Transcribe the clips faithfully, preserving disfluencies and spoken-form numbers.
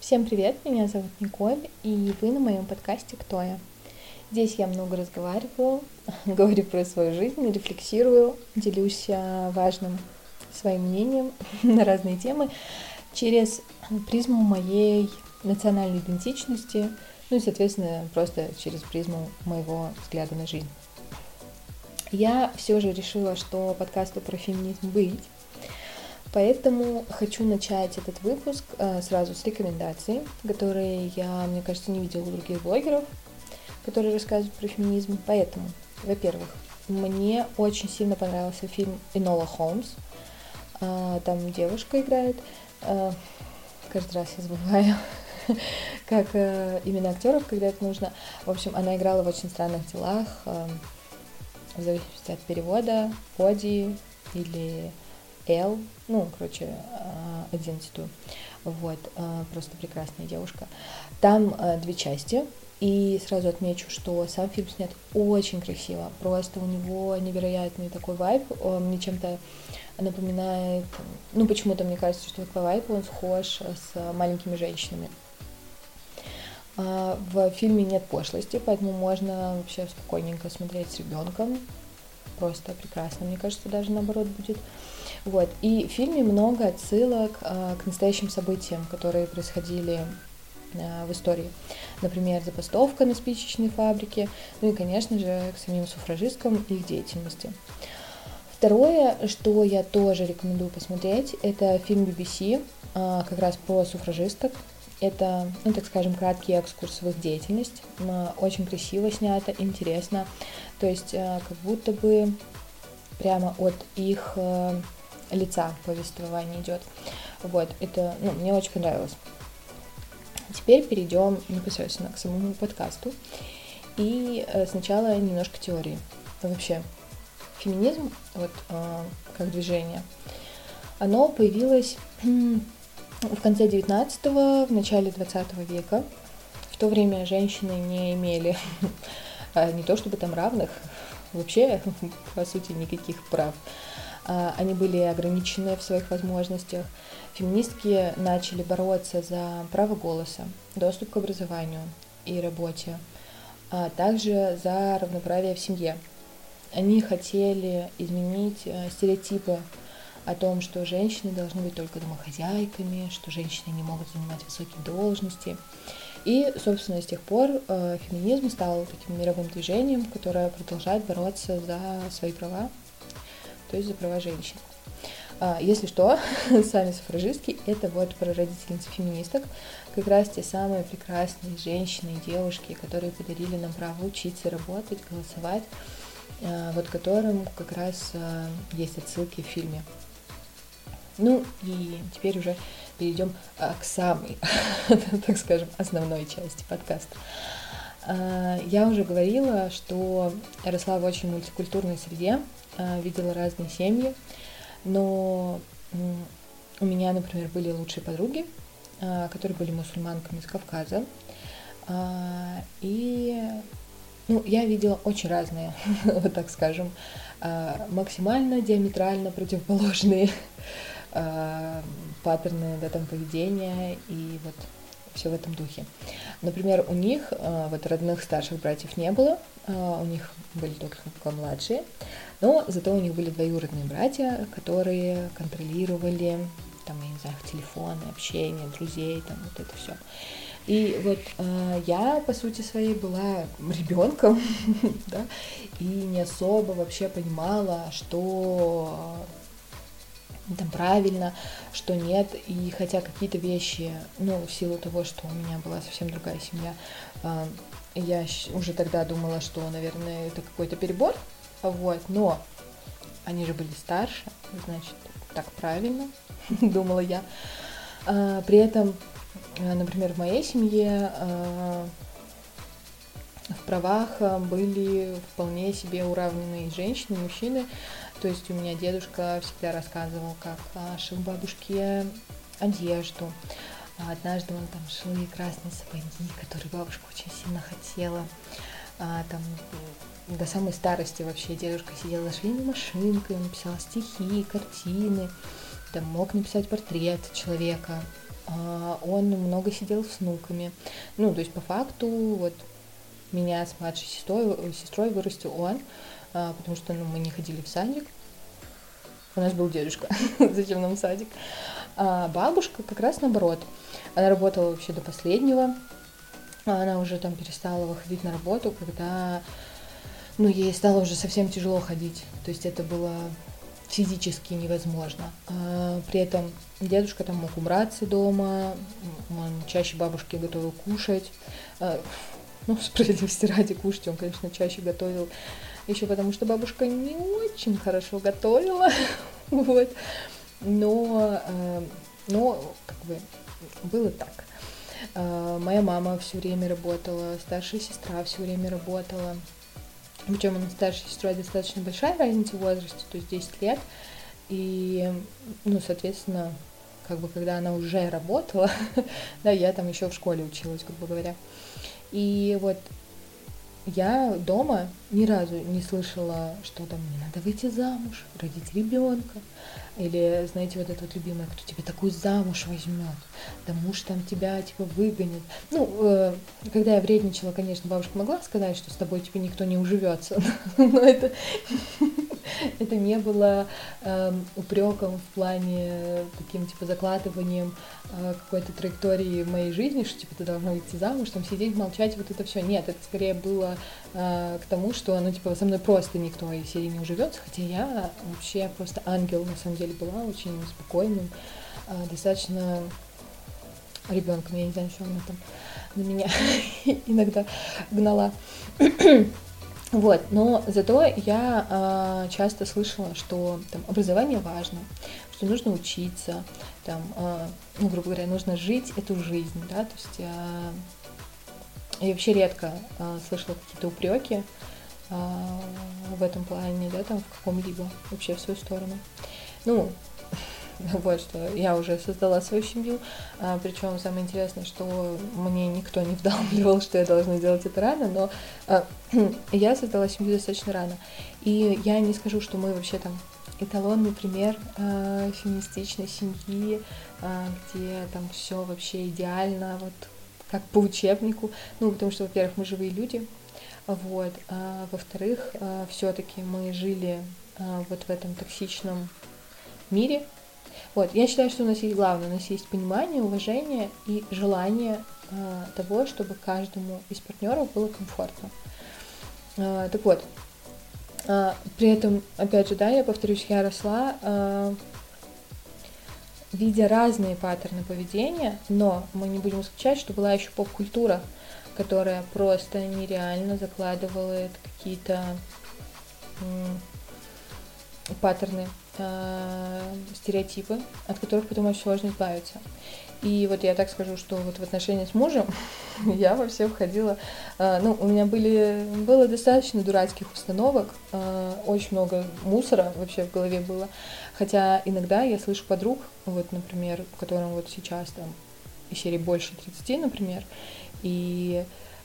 Всем привет, меня зовут Николь, и вы на моем подкасте «Кто я?». Здесь я много разговариваю, говорю про свою жизнь, рефлексирую, делюсь а, важным своим мнением на разные темы через призму моей национальной идентичности, ну и, соответственно, просто через призму моего взгляда на жизнь. Я все же решила, что подкасту про феминизм быть, поэтому хочу начать этот выпуск э, сразу с рекомендаций, которые я, мне кажется, не видела у других блогеров, которые рассказывают про феминизм. Поэтому, во-первых, мне очень сильно понравился фильм «Энола Холмс». Э, там девушка играет. Э, каждый раз я забываю, как э, имена актеров, когда это нужно. В общем, она играла в «Очень странных делах», э, в зависимости от перевода, Коди или Эл, ну, короче, одиннадцатую. Вот, просто прекрасная девушка. Там две части, и сразу отмечу, что сам фильм снят очень красиво, просто у него невероятный такой вайб, он мне чем-то напоминает, ну, почему-то мне кажется, что такой вайб, он схож с «Маленькими женщинами». В фильме нет пошлости, поэтому можно вообще спокойненько смотреть с ребенком. Просто прекрасно, мне кажется, даже наоборот будет. Вот. И в фильме много отсылок а, к настоящим событиям, которые происходили а, в истории. Например, забастовка на спичечной фабрике, ну и, конечно же, к самим суфражисткам и их деятельности. Второе, что я тоже рекомендую посмотреть, это фильм би би си, а, как раз про суфражисток. Это, ну, так скажем, краткий экскурс в их деятельность. Очень красиво снято, интересно. То есть как будто бы прямо от их лица повествование идет. Вот, это, ну, мне очень понравилось. Теперь перейдем непосредственно к самому подкасту. И сначала немножко теории. Вообще, феминизм, вот как движение, оно появилось в конце девятнадцатого, в начале двадцатого века. В то время женщины не имели не то чтобы там равных, вообще, по сути, никаких прав. Они были ограничены в своих возможностях. Феминистки начали бороться за право голоса, доступ к образованию и работе, а также за равноправие в семье. Они хотели изменить стереотипы о том, что женщины должны быть только домохозяйками, что женщины не могут занимать высокие должности. И, собственно, с тех пор э, феминизм стал таким мировым движением, которое продолжает бороться за свои права, то есть за права женщин. А, если что, сами суфражистки — это вот прародительницы феминисток, как раз те самые прекрасные женщины и девушки, которые подарили нам право учиться, работать, голосовать, э, вот которым как раз э, есть отсылки в фильме. Ну и теперь уже перейдем а, к самой, так скажем, основной части подкаста. А, я уже говорила, что росла в очень мультикультурной среде, а, видела разные семьи, но м, у меня, например, были лучшие подруги, а, которые были мусульманками из Кавказа, а, и ну, я видела очень разные, вот так скажем, а, максимально диаметрально противоположные паттерны, да, там, поведения и вот все в этом духе. Например, у них вот родных старших братьев не было, у них были только младшие, но зато у них были двоюродные братья, которые контролировали, там, я не знаю, их телефоны, общение, друзей, там, вот это все. И вот э, я, по сути своей, была ребенком, да, и не особо вообще понимала, что там правильно, что нет, и хотя какие-то вещи, ну, в силу того, что у меня была совсем другая семья, я уже тогда думала, что, наверное, это какой-то перебор, вот, но они же были старше, значит, так правильно, думала я. При этом, например, в моей семье в правах были вполне себе уравненные женщины и мужчины. То есть у меня дедушка всегда рассказывал, как шил бабушке одежду. Однажды он там шил ей красные сапоги, которые бабушка очень сильно хотела. Там до самой старости вообще дедушка сидел за швейной машинкой, он писал стихи, картины, там мог написать портрет человека. он много сидел с внуками. Ну, то есть по факту вот меня с младшей сестрой, сестрой вырастил он, потому что ну, мы не ходили в садик. У нас был дедушка, зачем нам садик? А бабушка как раз наоборот. Она работала вообще до последнего. Она уже там перестала выходить на работу, когда ну, ей стало уже совсем тяжело ходить. То есть это было физически невозможно. А при этом дедушка там мог убраться дома, он чаще бабушке готовил кушать. А, ну, справедливости ради, кушать он, конечно, чаще готовил. Еще потому, что бабушка не очень хорошо готовила. Вот. Но, но как бы было так. Моя мама все время работала, старшая сестра все время работала. Причем у нас старшей сестрой достаточно большая разница в возрасте, то есть десять лет. И, ну, соответственно, как бы когда она уже работала, да, я там еще в школе училась, грубо говоря. И вот я дома ни разу не слышала, что там мне надо выйти замуж, родить ребенка. Или, знаете, вот это вот любимое, кто тебе такую замуж возьмет, да муж там тебя, типа, выгонит. Ну, э, когда я вредничала, конечно, бабушка могла сказать, что с тобой, типа, никто не уживется, но это, это не было э, упреком в плане таким, типа, закладыванием э, какой-то траектории в моей жизни, что, типа, ты должна выйти замуж, там, сидеть, молчать, вот это все. Нет, это скорее было э, к тому, что, ну, типа, со мной просто никто из серии не уживется, хотя я вообще просто ангел, на самом деле, была очень спокойным, достаточно ребенком. Я не знаю, что она там на меня иногда гнала. Вот, но зато я а, часто слышала, что там образование важно, что нужно учиться, там, а, ну, грубо говоря, нужно жить эту жизнь, да, то есть а, я вообще редко а, слышала какие-то упреки а, в этом плане, да, там, в каком-либо вообще в свою сторону. Ну, вот что я уже создала свою семью, а, причем самое интересное, что мне никто не вдалбливал, что я должна делать это рано, но а, я создала семью достаточно рано. И я не скажу, что мы вообще там эталонный пример а, феминистичной семьи, а, где там все вообще идеально, вот как по учебнику, ну, потому что, во-первых, мы живые люди, вот, а во-вторых, а, все-таки мы жили а, вот в этом токсичном мире. Вот, я считаю, что у нас есть главное, у нас есть понимание, уважение и желание э, того, чтобы каждому из партнеров было комфортно. Э, так вот, э, при этом, опять же, да, я повторюсь, я росла, э, видя разные паттерны поведения, но мы не будем исключать, что была еще поп-культура, которая просто нереально закладывает какие-то м- паттерны, стереотипы, от которых потом очень сложно избавиться. И вот я так скажу, что вот в отношении с мужем я во все входила, ну, у меня были, было достаточно дурацких установок, очень много мусора вообще в голове было, хотя иногда я слышу подруг, вот, например, которым вот сейчас там из серии больше тридцати, например, и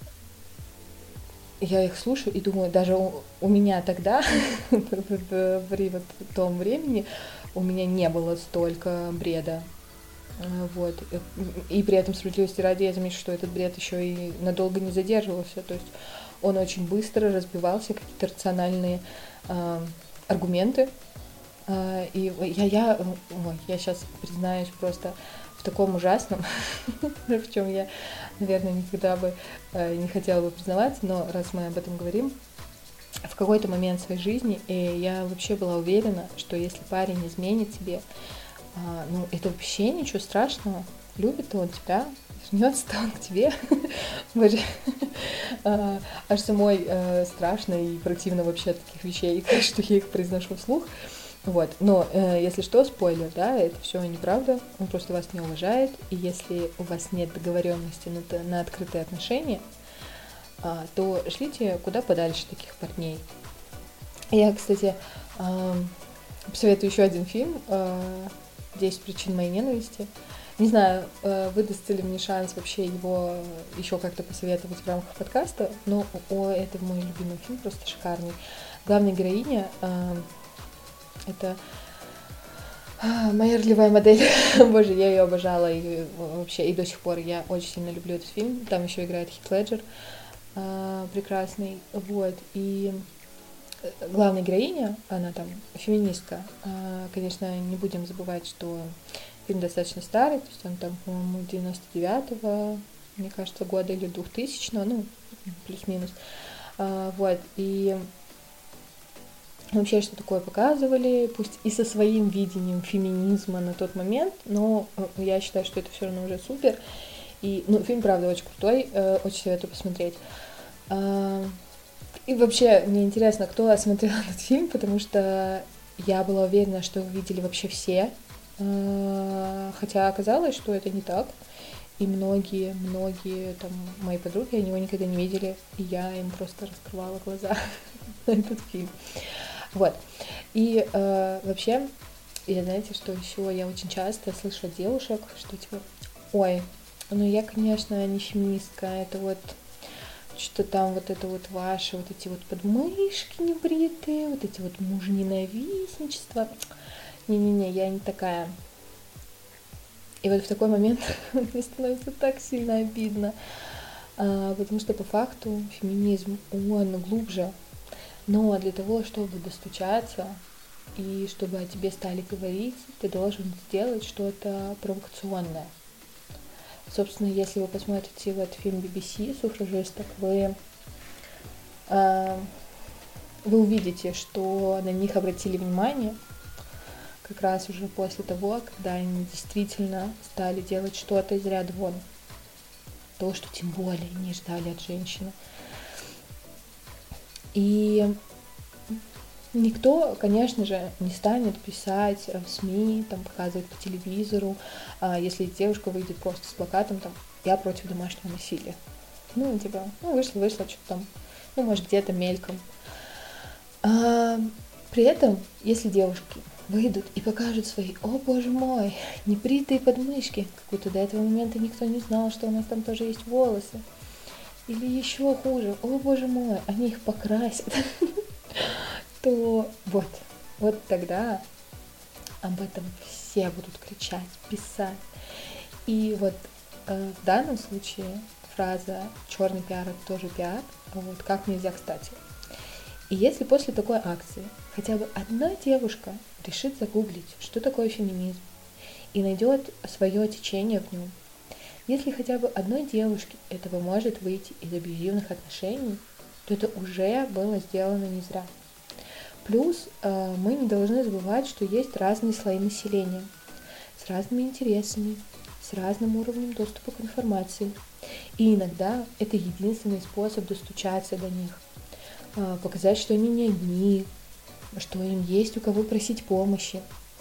я их слушаю и думаю, даже у, у меня тогда, при вот том времени, у меня не было столько бреда. Вот. И при этом, справедливости ради, я замечу, что этот бред еще и надолго не задерживался. То есть он очень быстро разбивался, какие-то рациональные э, аргументы. Э, и я, я, ой, я сейчас признаюсь просто в таком ужасном, в чем я, наверное, никогда бы э, не хотела бы признаваться, но раз мы об этом говорим, в какой-то момент своей жизни и я вообще была уверена, что если парень изменит тебе, э, ну, это вообще ничего страшного, любит он тебя, вернется-то он к тебе. Аж самой страшно и противно вообще от таких вещей, что я их произношу вслух. Вот, но э, если что, спойлер, да, это все неправда, он просто вас не уважает, и если у вас нет договоренности на, на открытые отношения, э, то шлите куда подальше таких парней. Я, кстати, э, посоветую еще один фильм э, «десять причин моей ненависти». Не знаю, э, выдастся ли мне шанс вообще его еще как-то посоветовать в рамках подкаста, но о, это мой любимый фильм, просто шикарный. Главная героиня э, это Моя ролевая модель, боже, я ее обожала, и вообще, и до сих пор я очень сильно люблю этот фильм. Там еще играет Хит Леджер, а, прекрасный, вот, и главная героиня, она там феминистка, а, конечно, не будем забывать, что фильм достаточно старый, то есть он там, по-моему, девяносто девятого, мне кажется, года или двухтысячного, ну, плюс-минус, а, вот, и вообще, что такое показывали, пусть и со своим видением феминизма на тот момент, но я считаю, что это все равно уже супер. И, ну, фильм, правда, очень крутой, э, очень советую посмотреть. А, и вообще, мне интересно, кто смотрел этот фильм, потому что я была уверена, что его видели вообще все, а, хотя оказалось, что это не так. И многие, многие там мои подруги, они его никогда не видели, и я им просто раскрывала глаза на этот фильм. Вот. И э, вообще, и знаете, что еще я очень часто слышу от девушек, что типа, ой, ну я, конечно, не феминистка, это вот что там вот это вот ваши, вот эти вот подмышки небритые, вот эти вот мужненавистничества. Не-не-не, я не такая. И вот в такой момент мне становится так сильно обидно, а, потому что по факту феминизм, он глубже. Но для того, чтобы достучаться и чтобы о тебе стали говорить, ты должен сделать что-то провокационное. Собственно, если вы посмотрите вот фильм би би си «Суфражисток», вы, э, вы увидите, что на них обратили внимание как раз уже после того, когда они действительно стали делать что-то из ряда вон. То, что тем более не ждали от женщины. И никто, конечно же, не станет писать в СМИ, там, показывать по телевизору, если девушка выйдет просто с плакатом, там, я против домашнего насилия. Ну, типа, ну, вышло, вышло, что-то там, ну, может, где-то мельком. А, при этом, если девушки выйдут и покажут свои, о, боже мой, непритые подмышки, как будто до этого момента никто не знал, что у нас там тоже есть волосы, или еще хуже, о, боже мой, они их покрасят, то вот, вот тогда об этом все будут кричать, писать. И вот э, в данном случае фраза «черный пиар — это тоже пиар», вот как нельзя кстати. И если после такой акции хотя бы одна девушка решит загуглить, что такое феминизм, и найдет свое течение в нем, если хотя бы одной девушке этого может выйти из абьюзивных отношений, то это уже было сделано не зря. Плюс э, мы не должны забывать, что есть разные слои населения с разными интересами, с разным уровнем доступа к информации. И иногда это единственный способ достучаться до них, э, показать, что они не одни, что им есть у кого просить помощи.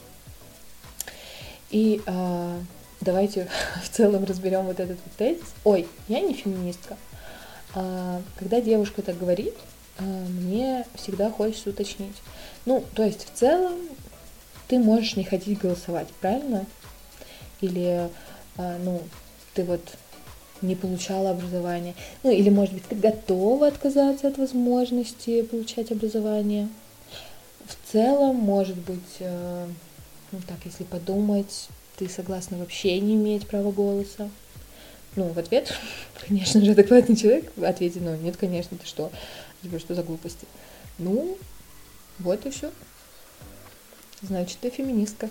И э, давайте в целом разберем вот этот вот тезис. Ой, я не феминистка. А, когда девушка так говорит, мне всегда хочется уточнить. Ну, то есть в целом ты можешь не хотеть голосовать, правильно? Или, ну, ты вот не получала образование. Ну, или, может быть, ты готова отказаться от возможности получать образование. В целом, может быть, ну так, если подумать, ты согласна вообще не иметь права голоса. Ну, в ответ, конечно же, адекватный человек ответит, ну, нет, конечно, ты что? Типа, что за глупости? Ну, вот и все. Значит, ты феминистка.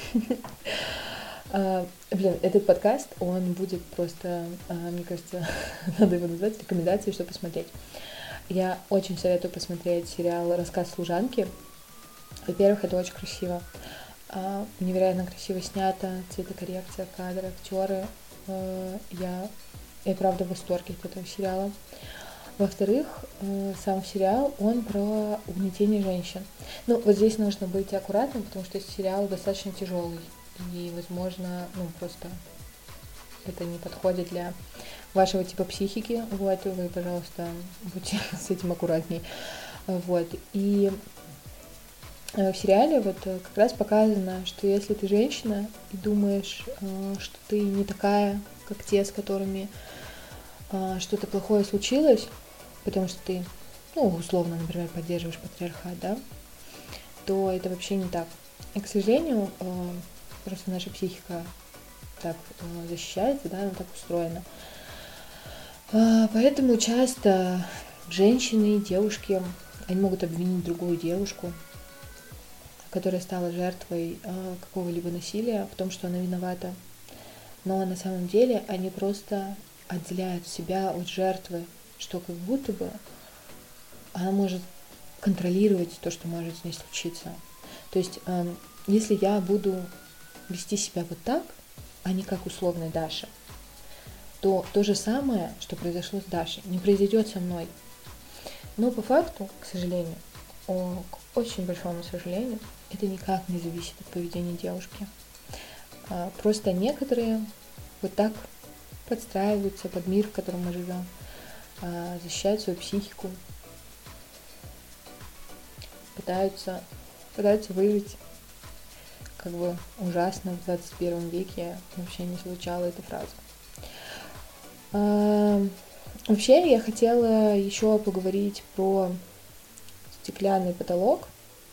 а, блин, этот подкаст, он будет просто, а, мне кажется, надо его назвать рекомендацией, что посмотреть. Я очень советую посмотреть сериал «Рассказ служанки». Во-первых, это очень красиво. А, невероятно красиво снято, цветокоррекция, кадры, актеры. А, я, я правда в восторге от этого сериала. Во-вторых, сам сериал, он про угнетение женщин. Ну, вот здесь нужно быть аккуратным, потому что сериал достаточно тяжелый. И, возможно, ну, просто это не подходит для вашего типа психики. Вот, и вы, пожалуйста, будьте с этим аккуратней. Вот, и в сериале вот как раз показано, что если ты женщина и думаешь, что ты не такая, как те, с которыми что-то плохое случилось, потому что ты, ну, условно, например, поддерживаешь патриархат, да, то это вообще не так. И, к сожалению, просто наша психика так защищается, да, она так устроена. Поэтому часто женщины, девушки, они могут обвинить другую девушку, которая стала жертвой какого-либо насилия, в том, что она виновата. Но на самом деле они просто отделяют себя от жертвы, что как будто бы она может контролировать то, что может с ней случиться. То есть, если я буду вести себя вот так, а не как условная Даша, то то же самое, что произошло с Дашей, не произойдет со мной. Но по факту, к сожалению, о, к очень большому сожалению, это никак не зависит от поведения девушки. А, просто некоторые вот так подстраиваются под мир, в котором мы живем, а, защищают свою психику, пытаются, пытаются выжить. Как бы ужасно в двадцать первом веке вообще не звучала эта фраза. А, вообще я хотела еще поговорить про стеклянный потолок,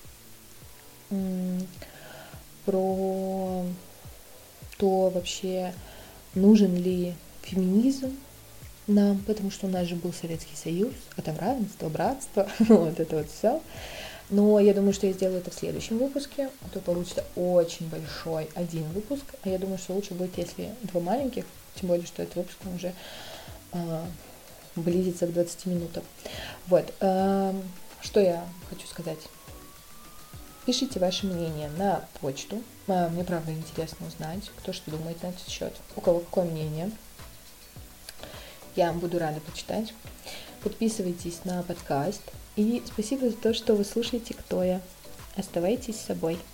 про то вообще, нужен ли феминизм нам, потому что у нас же был Советский Союз, а там равенство, братство, вот это вот все. Но я думаю, что я сделаю это в следующем выпуске, а то получится очень большой один выпуск, а я думаю, что лучше будет, если два маленьких, тем более, что этот выпуск уже э, близится к двадцати минутам. Вот, э, что я хочу сказать. Пишите ваше мнение на почту. Мне правда интересно узнать, кто что думает на этот счет, у кого какое мнение. Я буду рада почитать. Подписывайтесь на подкаст. И спасибо за то, что вы слушаете «Кто я?». Оставайтесь с собой.